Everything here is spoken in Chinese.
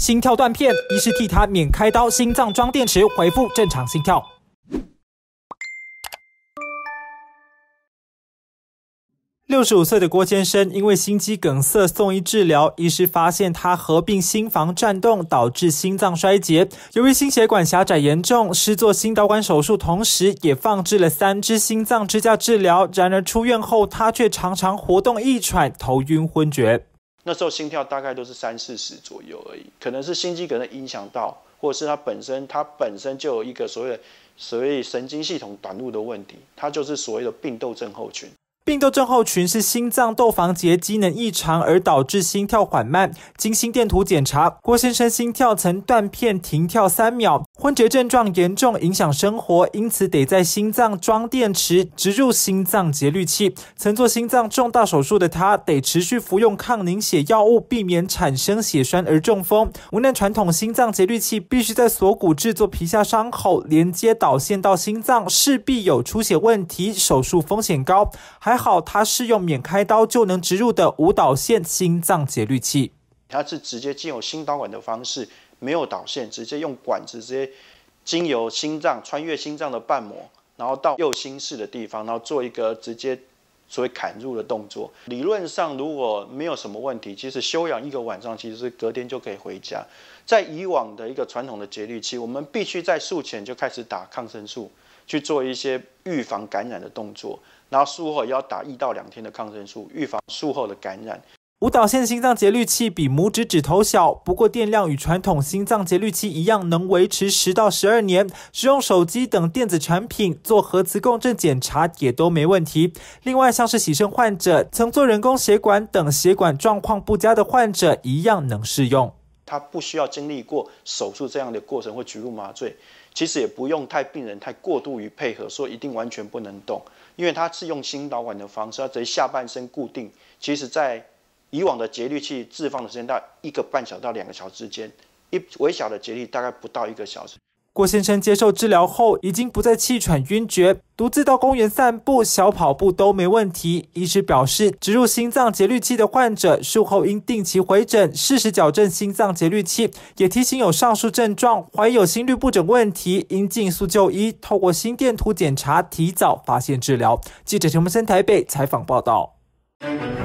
心跳断片，医师替他免开刀，心脏装电池，恢复正常心跳。65岁的郭先生因为心肌梗塞送医治疗，医师发现他合并心房颤动，导致心脏衰竭。由于心血管狭窄严重，施做心导管手术，同时也放置了3支心脏支架治疗。然而出院后，他却常常活动易喘、头晕昏厥。 那时候心跳大概都是30-40左右而已，可能是心肌梗塞影响到，或者是他本身就有一个所谓神经系统短路的问题，它就是所谓的病窦症候群。 病窦症候群是心脏窦房结机能异常而导致心跳缓慢。经心电图检查，郭先生心跳曾断片停跳3秒，昏厥症状严重，影响生活，因此得在心脏装电池，植入心脏节律器。曾做心脏重大手术的他，得持续服用抗凝血药物，避免产生血栓而中风。无奈传统心脏节律器必须在锁骨制作皮下伤口，连接导线到心脏，势必有出血问题，手术风险高。还好他是用免开刀就能植入的无导线心脏节律器， 它是直接经由心导管的方式，没有导线，直接用管子直接经由心脏穿越心脏的瓣膜，然后到右心室的地方，然后做一个直接所谓砍入的动作。理论上如果没有什么问题，其实休养1个晚上，其实隔天就可以回家。在以往的一个传统的节律器，我们必须在术前就开始打抗生素，去做一些预防感染的动作。然后术后也要打1到2天的抗生素，预防术后的感染。 无导线心脏节律器比拇指指头小，不过电量与传统心脏节律器一样，能维持10到12年。使用手机等电子产品做核磁共振检查也都没问题。另外，像是洗肾患者、曾做人工血管等血管状况不佳的患者一样能适用。 他不需要经历过手术这样的过程或局部麻醉，其实也不用病人太过度于配合，说一定完全不能动，因为他是用心导管的方式，他直接下半身固定。其实在以往的节律器置放的时间大概1个半小时到2个小时之间，微小的节律大概不到1个小时。 郭先生接受治疗后，已经不再气喘晕厥，独自到公园散步、小跑步都没问题。医师表示，植入心脏节律器的患者术后应定期回诊，适时矫正心脏节律器，也提醒有上述症状、怀有心律不整问题，应尽速就医，透过心电图检查，提早发现治疗。记者陈文森台北采访报道。